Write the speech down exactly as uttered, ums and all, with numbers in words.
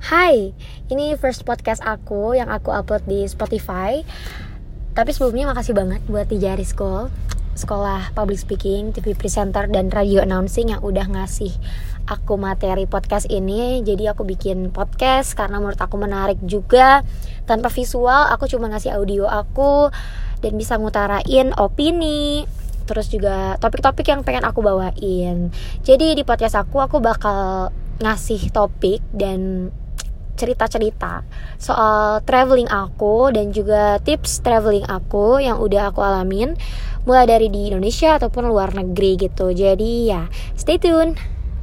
Hai, ini first podcast aku yang aku upload di Spotify. Tapi sebelumnya makasih banget buat Tijari School, Sekolah Public Speaking, T V Presenter, dan Radio Announcing yang udah ngasih aku materi podcast ini. Jadi aku bikin podcast karena menurut aku menarik juga. Tanpa visual, aku cuma ngasih audio aku dan bisa ngutarain opini, terus juga topik-topik yang pengen aku bawain. Jadi di podcast aku, aku bakal ngasih topik dan cerita-cerita soal traveling aku dan juga tips traveling aku yang udah aku alamin mulai dari di Indonesia ataupun luar negeri gitu. Jadi ya, stay tune.